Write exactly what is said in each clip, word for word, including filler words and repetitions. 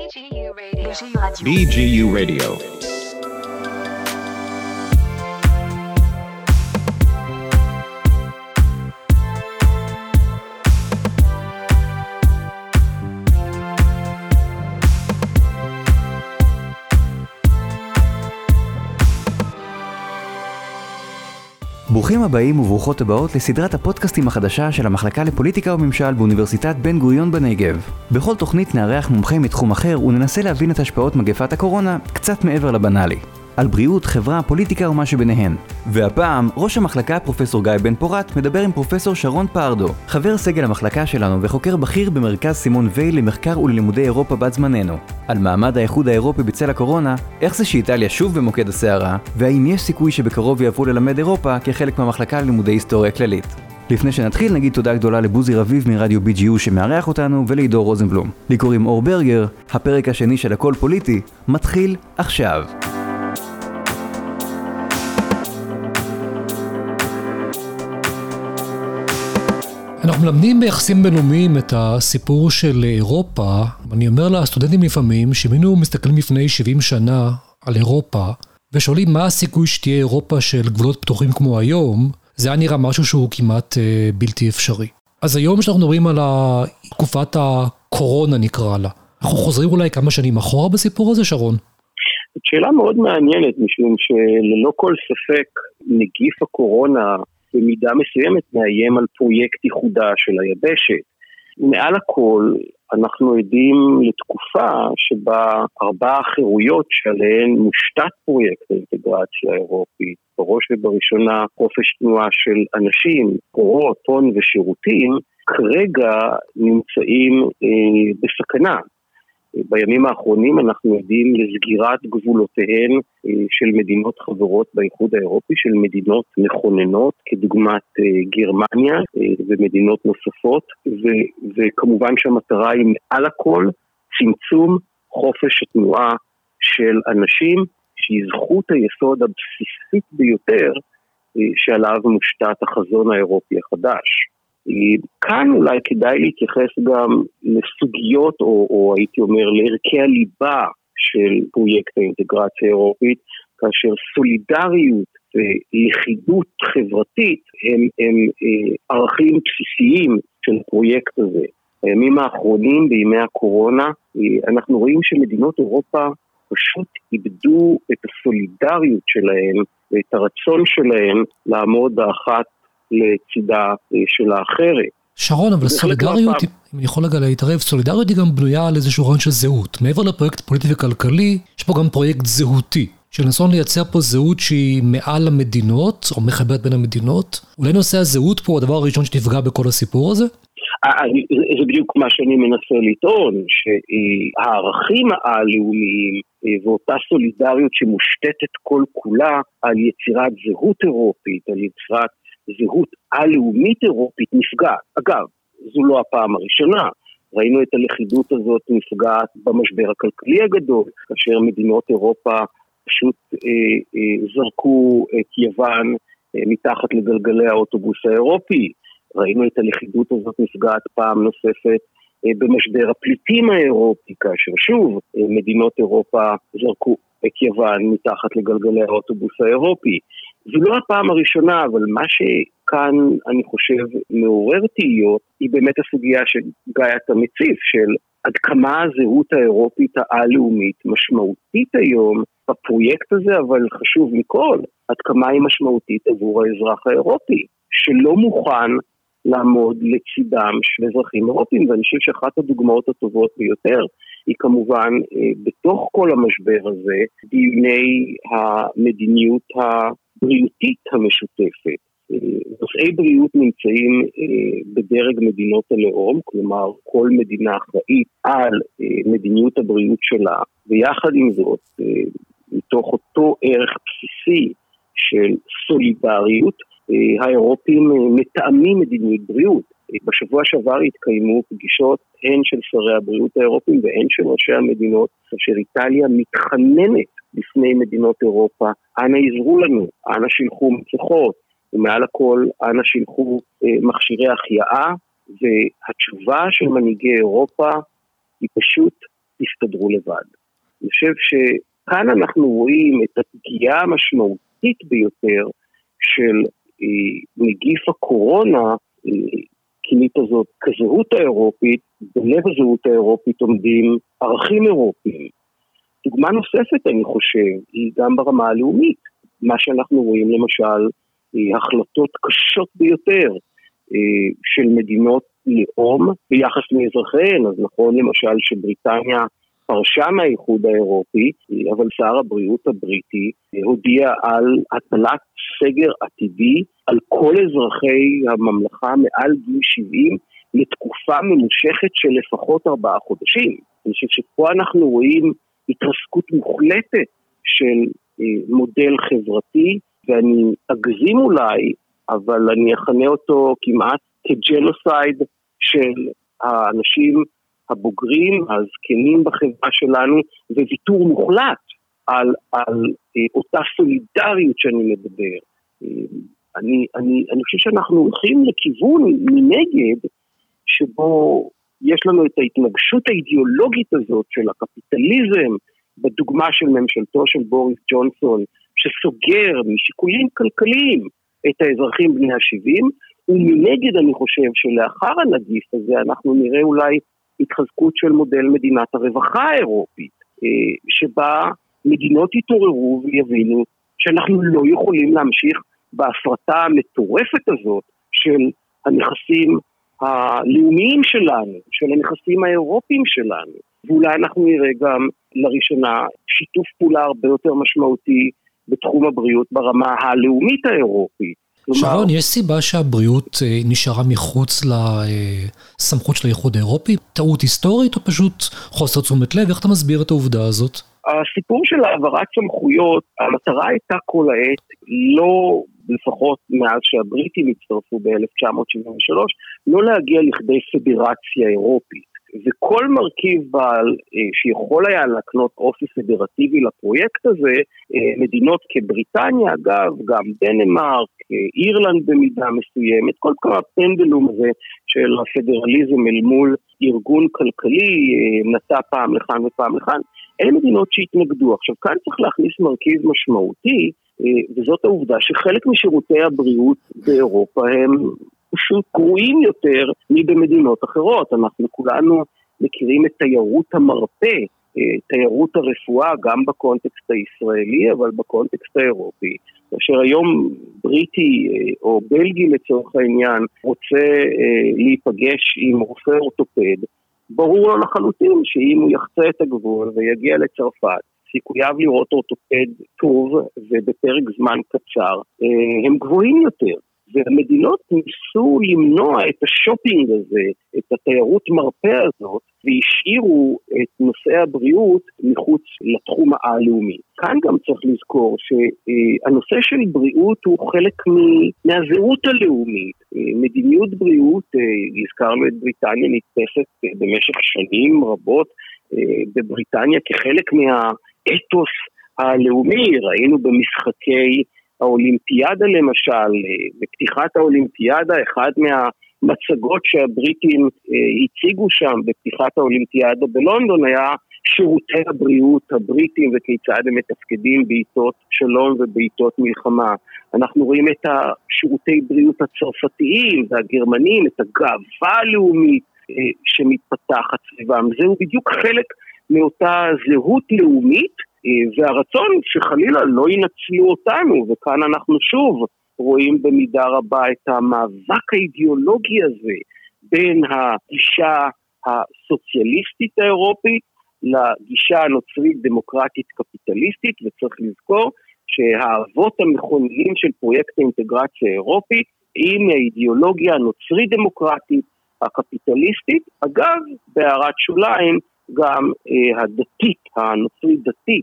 בי ג'י יו Radio. ברוכים הבאים וברוכות הבאות לסדרת הפודקאסטים החדשה של המחלקה לפוליטיקה וממשל באוניברסיטת בן גוריון בנגב. בכל תוכנית נארח מומחים מתחום אחר וננסה להבין את השפעות מגפת הקורונה קצת מעבר לבנאלי. על בריאות, חברה, פוליטיקה ומה שביניהן. והפעם, ראש המחלקה פרופסור גיא בן פורת מדבר עם פרופסור שרון פרדו, חבר סגל המחלקה שלנו וחוקר בכיר במרכז סימון וייל למחקר וללימודי אירופה בת זמננו. על מעמד האיחוד האירופי בצל הקורונה, איך זה שאיטליה שוב במוקד הסערה, והאם יש סיכוי שבקרוב יעברו ללמד אירופה כחלק מהמחלקה ללימודי היסטוריה כללית. לפני שנתחיל נגיד תודה גדולה לבוזי רביב מרדיו בי ג'י יו שמארח אותנו ולעידו רוזנבלום. לי קוראים אור ברגר, הפרק השני של הכל פוליטי מתחיל עכשיו. אנחנו מלמדים ביחסים בינלאומיים את הסיפור של אירופה. אני אומר לסטודנטים לפעמים שמינו מסתכלים לפני שבעים שנה על אירופה ושואלים מה הסיכוי שתהיה אירופה של גבולות פתוחים כמו היום. זה היה נראה משהו שהוא כמעט אה, בלתי אפשרי. אז היום שאנחנו מדברים על תקופת הקורונה נקרא לה, אנחנו חוזרים אולי כמה שנים אחורה בסיפור הזה, שרון? זאת שאלה מאוד מעניינת, משום שללא כל ספק נגיף הקורונה במידה מסוימת מאיים על פרויקט ייחודה של היבשת. מעל הכל אנחנו עדים לתקופה שבה ארבע החירויות שעליהן מושתת פרויקט האינטגרציה האירופית, בראש ובראשונה חופש תנועה של אנשים, סחורות, הון ושירותים, כרגע נמצאים אה, בסכנה. בימים האחרונים אנחנו עדים לסגירת גבולותיהן של מדינות חברות באיחוד האירופי, של מדינות מכוננות כדוגמת גרמניה ומדינות נוספות, ו- וכמובן שהמטרה היא מעל הכל צמצום חופש התנועה של אנשים, שהיא זכות היסוד הבסיסית ביותר שעליו מושתת החזון האירופי החדש. כאן אולי כדאי להתייחס גם לסוגיות, או, או הייתי אומר לערכי הליבה של פרויקט האינטגרציה האירופית, כאשר סולידריות ולכידות חברתית הם, הם אה, ערכים בסיסיים של הפרויקט הזה. בימים האחרונים, בימי הקורונה, אה, אנחנו רואים שמדינות אירופה פשוט איבדו את הסולידריות שלהם ואת הרצון שלהם לעמוד באחת לצידה של האחרת. שרון, אבל סולידריות, אם אני יכול רגע להתערב, סולידריות היא גם בנויה על איזשהו רעיון של זהות. מעבר לפרויקט פוליטי וכלכלי, יש פה גם פרויקט זהותי, של ניסיון לייצר פה זהות שהיא מעל המדינות, או מחברת בין המדינות. אולי נושא הזהות פה הוא הדבר הראשון שתפגע בכל הסיפור הזה? זה בדיוק מה שאני מנסה לטעון, שהערכים הלאומיים ואותה סולידריות שמושתתת כל כולה על יצירת זהות אירופית, על יצירת זהות הלאומית אירופית נפגעת. אגב, זו לא הפעם הראשונה. ראינו את הלכידות הזאת נפגעת במשבר הכלכלי הגדול, כאשר מדינות אירופה פשוט אה, אה, זרקו את יוון אה, מתחת לגלגלי האוטובוס האירופי. ראינו את הלכידות הזאת נפגעת פעם נוספת אה, במשבר הפליטים האירופי, כאשר שוב אה, מדינות אירופה זרקו את יוון מתחת לגלגלי האוטובוס האירופי. זו לא הפעם הראשונה, אבל מה שכאן אני חושב מעורר תהיות, היא באמת הסוגיה שגיא אתה מציף, של עד כמה הזהות האירופית הלאומית משמעותית היום בפרויקט הזה, אבל חשוב מכל, עד כמה היא משמעותית עבור האזרח האירופי, שלא מוכן לעמוד לצידם של אזרחים אירופיים, ואני חושב שאחת הדוגמאות הטובות ביותר, היא כמובן בתוך כל המשבר הזה, דיוני המדיניות הבריאותית המשותפת. נושאי בריאות נמצאים בדרג מדינות הלאום, כלומר כל מדינה אחראית על מדיניות הבריאות שלה, ויחד עם זאת, מתוך אותו ערך בסיסי של סולידריות, האירופים מתאמים מדיניות בריאות. בשבוע שעבר התקיימו פגישות הן של שרי הבריאות האירופיים והן של ראשי המדינות, כאשר איטליה מתחננת בפני מדינות אירופה, אנא עזרו לנו, אנא שילחו מצחות, ומעל הכל אנא שילחו אה, מכשירי החייאה, והתשובה של מנהיגי אירופה היא פשוט תסתדרו לבד. אני חושב שכאן אנחנו רואים את הפגיעה המשמעותית ביותר של נגיף הקורונה, כינית הזאת כזהות האירופית, בלב הזהות האירופית עומדים ערכים אירופיים. דוגמה נוספת, אני חושב, היא גם ברמה הלאומית. מה שאנחנו רואים למשל, החלטות קשות ביותר של מדינות לאום ביחס לאזרחיהן. אז נכון למשל שבריטניה פרשה מהאיחוד האירופי, אבל שר הבריאות הבריטי הודיע על הטלת סגר עתידי על כל אזרחי הממלכה מעל גיל שבעים לתקופה ממושכת של לפחות ארבעה חודשים. אני חושב שפה אנחנו רואים התרסקות מוחלטת של מודל חברתי, ואני אגזים אולי, אבל אני אכנה אותו כמעט כג'נוסייד של האנשים הבוגרים, הזקנים בחברה שלנו, וויתור מוחלט על, על אותה סולידריות שאני מדבר. אני, אני, אני חושב שאנחנו הולכים לכיוון מנגד, שבו יש לנו את ההתנגשות האידיאולוגית הזאת של הקפיטליזם, בדוגמה של ממשלתו של בוריס ג'ונסון, שסוגר משיקולים כלכליים את האזרחים בני ה-שבעים, ומנגד אני חושב שלאחר הנגיף הזה אנחנו נראה אולי התחזקות של מודל מדינת הרווחה האירופית, שבה מדינות יתעוררו ויבינו שאנחנו לא יכולים להמשיך בהפרטה המטורפת הזאת של הנכסים הלאומיים שלנו, של הנכסים האירופיים שלנו. ואולי אנחנו נראה גם לראשונה שיתוף פעולה הרבה יותר משמעותי בתחום הבריאות ברמה הלאומית האירופית. שרון, יש סיבה שהבריאות נשארה מחוץ לסמכות של האיחוד האירופי? טעות היסטורית או פשוט חוסר תשומת לב? איך אתה מסביר את העובדה הזאת? הסיפור של העברת סמכויות, המטרה הייתה כל העת, לא לפחות מאז שהבריטים הצטרפו ב-אלף תשע מאות שבעים ושלוש, לא להגיע לכדי פדרציה אירופית. וכל מרכיב בעל שיכול היה להקנות אופי פדרטיבי לפרויקט הזה, מדינות כבריטניה אגב, גם דנמרק, אירלנד במידה מסוימת, כל כמה הפנדלום הזה של הפדרליזם אל מול ארגון כלכלי, נטע פעם לכאן ופעם לכאן, אלה מדינות שהתנגדו. עכשיו כאן צריך להכניס מרכיב משמעותי, וזאת העובדה שחלק משירותי הבריאות באירופה הם פשוט גרועים יותר מבמדינות אחרות. אנחנו כולנו מכירים את תיירות המרפא, תיירות הרפואה, גם בקונטקסט הישראלי, אבל בקונטקסט האירופי. כאשר היום בריטי או בלגי לצורך העניין רוצה להיפגש עם רופא אורתופד, ברור לו לחלוטין שאם הוא יחצה את הגבול ויגיע לצרפת, סיכוייו לראות אורתופד טוב ובפרק זמן קצר, הם גבוהים יותר. והמדינות ניסו למנוע את השופינג הזה, את התיירות מרפא הזאת, והשאירו את נושאי הבריאות מחוץ לתחום הלאומי. כאן גם צריך לזכור שהנושא של בריאות הוא חלק מהזהות הלאומית. מדיניות בריאות, הזכרנו את בריטניה, נתפסת במשך שנים רבות בבריטניה כחלק מהאתוס הלאומי. ראינו במשחקי האולימפיאדה למשל, בפתיחת האולימפיאדה, אחד מהמצגות שהבריטים הציגו שם בפתיחת האולימפיאדה בלונדון היה שירותי הבריאות הבריטים וכיצד הם מתפקדים בעיתות שלום ובעיתות מלחמה. אנחנו רואים את השירותי בריאות הצרפתיים והגרמנים, את הגאווה הלאומית שמתפתחת סביבם. זהו בדיוק חלק מאותה זהות לאומית, והרצון שחלילה לא ינצלו אותנו, וכאן אנחנו שוב רואים במידה רבה את המאבק האידיאולוגי הזה בין הגישה הסוציאליסטית האירופית לגישה הנוצרית דמוקרטית קפיטליסטית, וצריך לזכור שהאבות המכוננים של פרויקט האינטגרציה האירופית עם האידיאולוגיה הנוצרית דמוקרטית הקפיטליסטית, אגב בהערת שוליים גם אה, הדתית, הנוצרית דתית,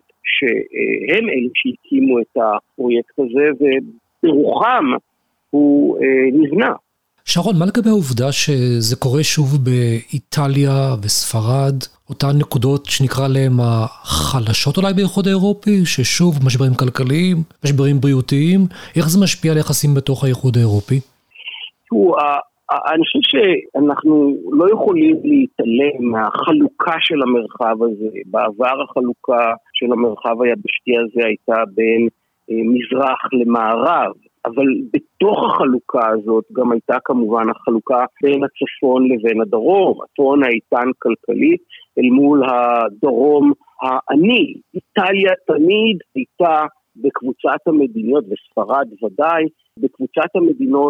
שהם אלה שהקימו את הפרויקט הזה, וברוחם הוא אה, נבנה. שרון, מה לגבי העובדה שזה קורה שוב באיטליה וספרד, אותן נקודות שנקרא להם החלשות אולי באיחוד האירופי, ששוב משברים כלכליים, משברים בריאותיים, איך זה משפיע על יחסים בתוך האיחוד האירופי? הוא, אני חושב שאנחנו לא יכולים להתעלם מהחלוקה של המרחב הזה. בעבר החלוקה של המרחב היבשתי הזה הייתה בין מזרח למערב, אבל בתוך החלוקה הזאת גם הייתה כמובן החלוקה בין הצפון לבין הדרום. הצפון האיתן כלכלית אל מול הדרום העני. איטליה תמיד הייתה בקבוצת המדינות, וספרד ודאי, בקבוצת המדינות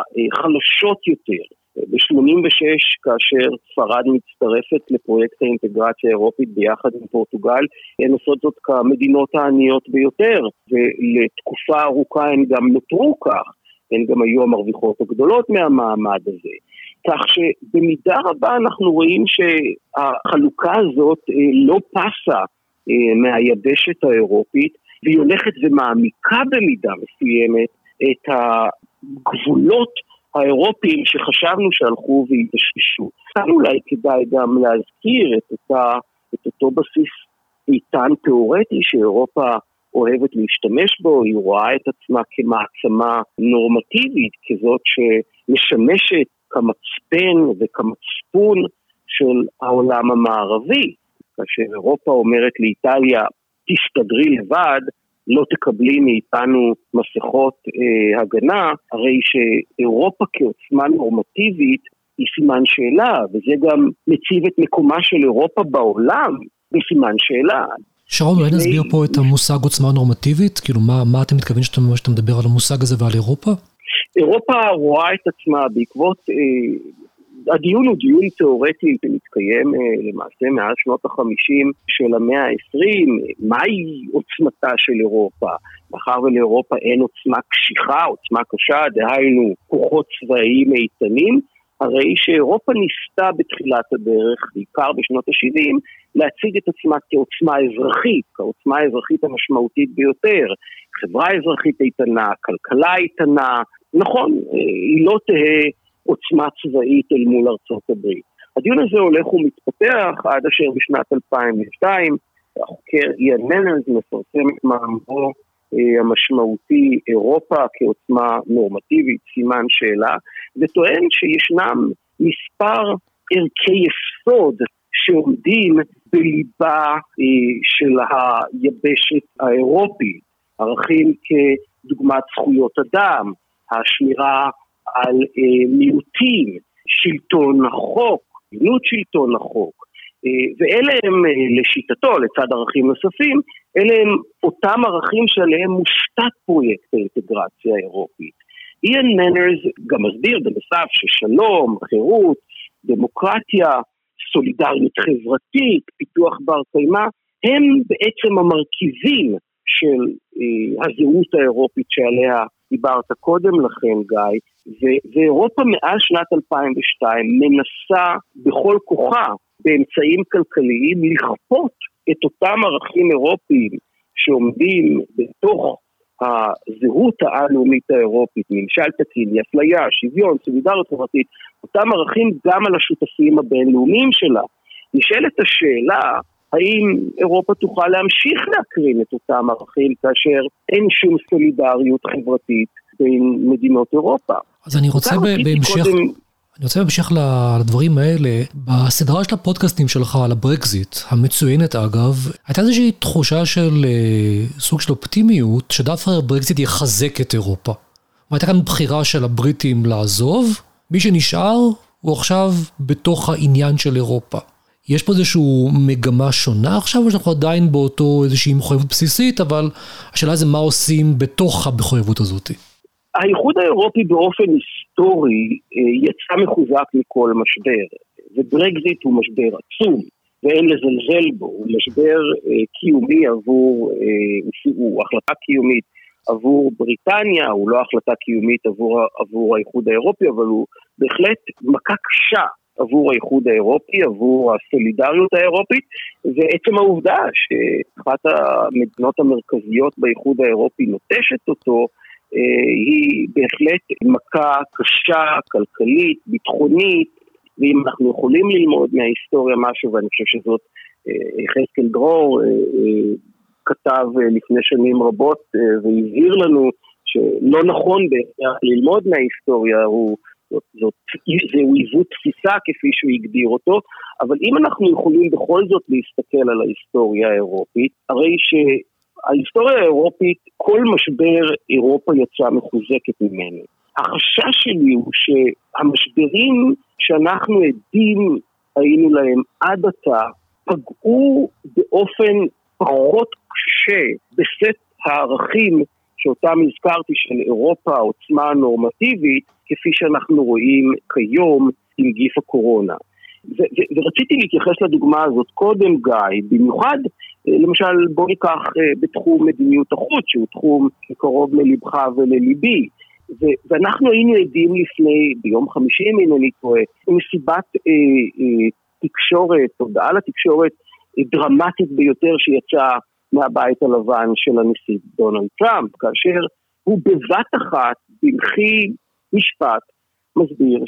החלשות יותר. ב-שמונים ושש, כאשר ספרד מצטרפת לפרויקט האינטגרציה האירופית ביחד עם פורטוגל, הן עושות זאת כמדינות העניות ביותר, ולתקופה ארוכה הן גם נותרו כך, הן גם היו המרוויחות הגדולות מהמעמד הזה. כך שבמידה רבה אנחנו רואים שהחלוקה הזאת לא פסה מהיבשת האירופית, והיא הולכת ומעמיקה במידה מסוימת את הגבולות האירופיים שחשבנו שהלכו והתששו. כאן אולי כדאי גם להזכיר את, אותה, את אותו בסיס איתן תיאורטי שאירופה אוהבת להשתמש בו. היא רואה את עצמה כמעצמה נורמטיבית, כזאת שמשמשת כמצפן וכמצפון של העולם המערבי. כאשר אירופה אומרת לאיטליה, תסתדרי לבד, לא תקבלי מאיתנו מסכות אה, הגנה, הרי שאירופה כעוצמה נורמטיבית היא סימן שאלה, וזה גם מציב את מקומה של אירופה בעולם בסימן שאלה. שרון, אולי נסביר פה את המושג עוצמה נורמטיבית? כאילו, מה, מה אתה מתכוון שאתה, שאתה מדבר על המושג הזה ועל אירופה? אירופה רואה את עצמה בעקבות... אה, הדיון הוא דיון תיאורטי שמתקיים למעשה מאז שנות החמישים של המאה העשרים. מהי עוצמתה של אירופה? מאחר ולאירופה אין עוצמה קשיחה, עוצמה קשה, דהיינו כוחות צבאיים איתנים, הרי שאירופה ניסתה בתחילת הדרך, בעיקר בשנות ה-שבעים, להציג את עצמה כעוצמה אזרחית, כעוצמה האזרחית המשמעותית ביותר. חברה אזרחית איתנה, כלכלה איתנה, נכון, היא לא תהה עוצמה צבאית אל מול ארצות הברית. הדיון הזה הולך ומתפתח עד אשר בשנת אלפיים ושתיים, החוקר איאן מנרס מפרסם את מאמרו המשמעותי אירופה כעוצמה נורמטיבית, סימן שאלה, וטוען שישנם מספר ערכי יסוד שעומדים בליבה של היבשת האירופית, ערכים כדוגמת זכויות אדם, השמירה על אה, מיעוטים, שלטון החוק, מיעוט שלטון החוק, אה, ואלה הם אה, לשיטתו, לצד ערכים נוספים, אלה הם אותם ערכים שעליהם מושתת פרויקט האינטגרציה האירופית. איאן מנרס גם מסביר בנוסף ששלום, חירות, דמוקרטיה, סולידריות חברתית, פיתוח בר קיימא, הם בעצם המרכיבים של אה, הזהות האירופית שעליה דיברת קודם לכן, גיא, ו- ואירופה מאז שנת אלפיים ושתיים מנסה בכל כוחה באמצעים כלכליים לכפות את אותם ערכים אירופיים שעומדים בתוך הזהות הלאומית האירופית, ממשל תקין, אפליה, שוויון, סולידריות חברתית, אותם ערכים גם על השותפים הבינלאומיים שלה. נשאלת השאלה, האם אירופה תוכל להמשיך להקרין את אותם ערכים כאשר אין שום סולידריות חברתית בין מדינות אירופה? אז אני רוצה בהמשך, קודם... אני רוצה בהמשך לדברים האלה, בסדרה של הפודקאסטים שלך על הברקזיט, המצוינת אגב, הייתה איזושהי תחושה של סוג של אופטימיות, שדווקא הברקזיט יחזק את אירופה. הייתה כאן בחירה של הבריטים לעזוב, מי שנשאר הוא עכשיו בתוך העניין של אירופה. יש פה איזושהי מגמה שונה עכשיו, או שאנחנו עדיין באותו איזושהי מחויבות בסיסית, אבל השאלה זה מה עושים בתוך המחויבות הזאת. האיחוד האירופי באופן היסטורי יצא מחוזק מכל משבר, וברקזיט הוא משבר עצום, ואין לזלזל בו, הוא משבר קיומי עבור, הוא החלטה קיומית עבור בריטניה, הוא לא החלטה קיומית עבור, עבור האיחוד האירופי, אבל הוא בהחלט מכה קשה עבור האיחוד האירופי, עבור הסולידריות האירופית, ועצם העובדה שאחת המדינות המרכזיות באיחוד האירופי נוטשת אותו, היא בהחלט מכה קשה, כלכלית, ביטחונית, ואם אנחנו יכולים ללמוד מההיסטוריה משהו, ואני חושב שזאת יחזקאל דרור כתב לפני שנים רבות, והבהיר לנו שלא נכון בהכרח ללמוד מההיסטוריה, הוא זאת, זאת, זהו עיוות תפיסה כפי שהוא הגדיר אותו, אבל אם אנחנו יכולים בכל זאת להסתכל על ההיסטוריה האירופית, הרי שההיסטוריה האירופית, כל משבר אירופה יצאה מחוזקת ממנו. החשש שלי הוא שהמשברים שאנחנו עדים היינו להם עד עתה, פגעו באופן פחות קשה בסט הערכים שאותם הזכרתי של אירופה, העוצמה הנורמטיבית, כפי שאנחנו רואים כיום עם גיף הקורונה. ו- ו- ורציתי להתייחס לדוגמה הזאת קודם, גיא, במיוחד, למשל בוא ניקח בתחום מדיניות החוץ, שהוא תחום שקרוב ללבך ולליבי, ו- ואנחנו היינו עדים לפני, ביום חמישי אם אני טועה, מסיבת אה, אה, תקשורת, הודעה לתקשורת אה, דרמטית ביותר שיצאה מהבית הלבן של הנשיא דונלד טראמפ, כאשר הוא בבת אחת, במחי משפט, מסביר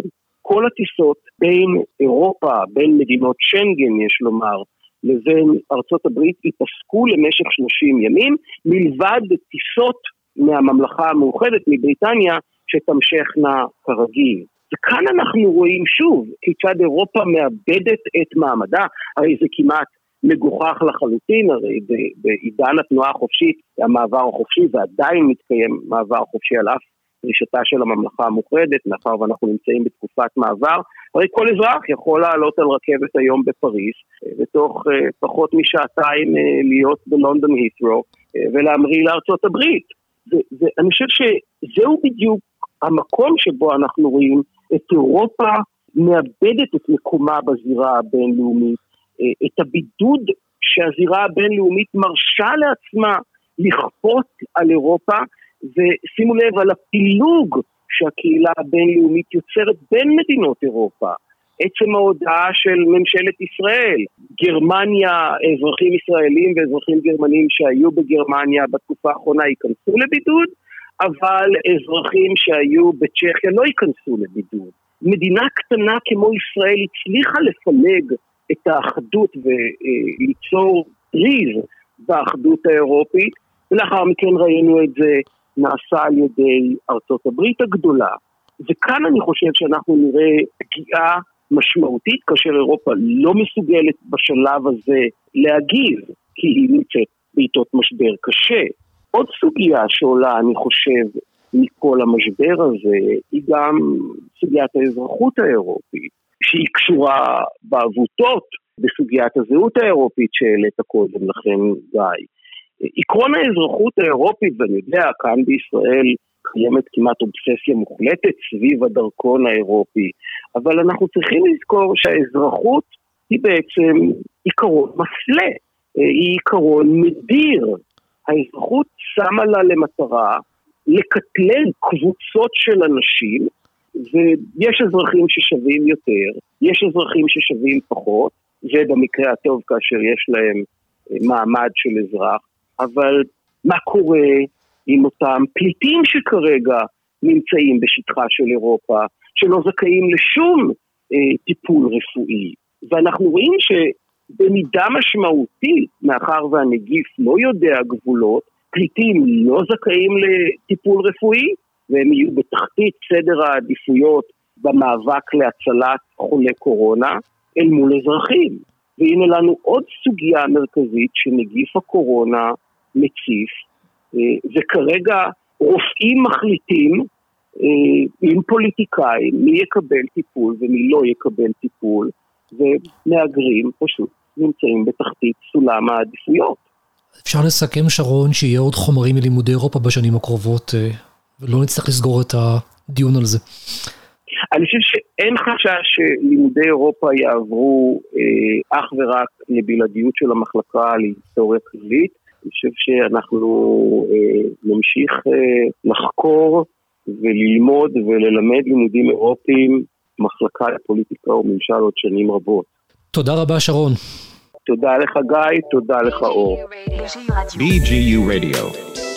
שכל הטיסות בין אירופה, בין מדינות שנגן, יש לומר, לבין ארצות הברית, ייפסקו למשך שלושים ימים, מלבד טיסות מהממלכה המאוחדת, מבריטניה, שתמשכנה כרגיל. וכאן אנחנו רואים שוב, כיצד אירופה מאבדת את מעמדה, הרי זה כמעט מגוחך לחלוטין, הרי בעידן התנועה החופשית, המעבר החופשי, ועדיין מתקיים מעבר חופשי על אף דרישתה של הממלכה המאוחדת, מאחר ואנחנו נמצאים בתקופת מעבר, הרי כל אזרח יכול לעלות על רכבת היום בפריז, ותוך פחות משעתיים להיות בלונדון הית'רו, ולהמריא לארצות הברית. ואני חושב שזהו בדיוק המקום שבו אנחנו רואים את אירופה מאבדת את מקומה בזירה הבינלאומית, את הבידוד שהזירה הבינלאומית מרשה לעצמה לכפות על אירופה, ושימו לב על הפילוג שהקהילה הבינלאומית יוצרת בין מדינות אירופה. עצם ההודעה של ממשלת ישראל, גרמניה, אזרחים ישראלים ואזרחים גרמנים שהיו בגרמניה בתקופה האחרונה ייכנסו לבידוד, אבל אזרחים שהיו בצ'כיה לא ייכנסו לבידוד. מדינה קטנה כמו ישראל הצליחה לפלג את האחדות וליצור ריז באחדות האירופית, ולאחר מכן ראינו את זה נעשה על ידי ארצות הברית הגדולה. וכאן אני חושב שאנחנו נראה פגיעה משמעותית, כאשר אירופה לא מסוגלת בשלב הזה להגיב, כי היא נמצאת בעיתות משבר קשה. עוד סוגיה שעולה, אני חושב, מכל המשבר הזה, היא גם סוגיית האזרחות האירופית, שהיא קשורה בעבותות בסוגיית הזהות האירופית שהעלית קודם לכן, גיא. עקרון האזרחות האירופית, ואני יודע, כאן בישראל קיימת כמעט אובססיה מוחלטת סביב הדרכון האירופי, אבל אנחנו צריכים לזכור שהאזרחות היא בעצם עיקרון מפלה, היא עיקרון מדיר. האזרחות שמה לה למטרה לקטלג קבוצות של אנשים, ויש אזרחים ששווים יותר, יש אזרחים ששווים פחות, זה במקרה הטוב כאשר יש להם מעמד של אזרח, אבל מה קורה עם אותם פליטים שכרגע נמצאים בשטחה של אירופה, שלא זכאים לשום אה, טיפול רפואי? ואנחנו רואים שבמידה משמעותית, מאחר והנגיף לא יודע גבולות, פליטים לא זכאים לטיפול רפואי, והם יהיו בתחתית סדר העדיפויות במאבק להצלת חולי קורונה אל מול אזרחים. והנה לנו עוד סוגיה מרכזית שנגיף הקורונה מציף, וכרגע רופאים מחליטים עם פוליטיקאים מי יקבל טיפול ומי לא יקבל טיפול, ומאגרים פשוט נמצאים בתחתית סולם העדיפויות. אפשר לסכם, שרון, שיהיה עוד חומרים מלימודי אירופה בשנים הקרובות, ולא נצטרך לסגור את הדיון על זה. אני חושב שאין חשש שלימודי אירופה יעברו אה, אך ורק לבלעדיות של המחלקה להיסטוריה כללית. אני חושב שאנחנו אה, נמשיך אה, לחקור וללמוד וללמד לימודים אירופיים מחלקה לפוליטיקה וממשל עוד שנים רבות. תודה רבה, שרון. תודה לך, גיא, תודה לך, אור. בי ג'י יו Radio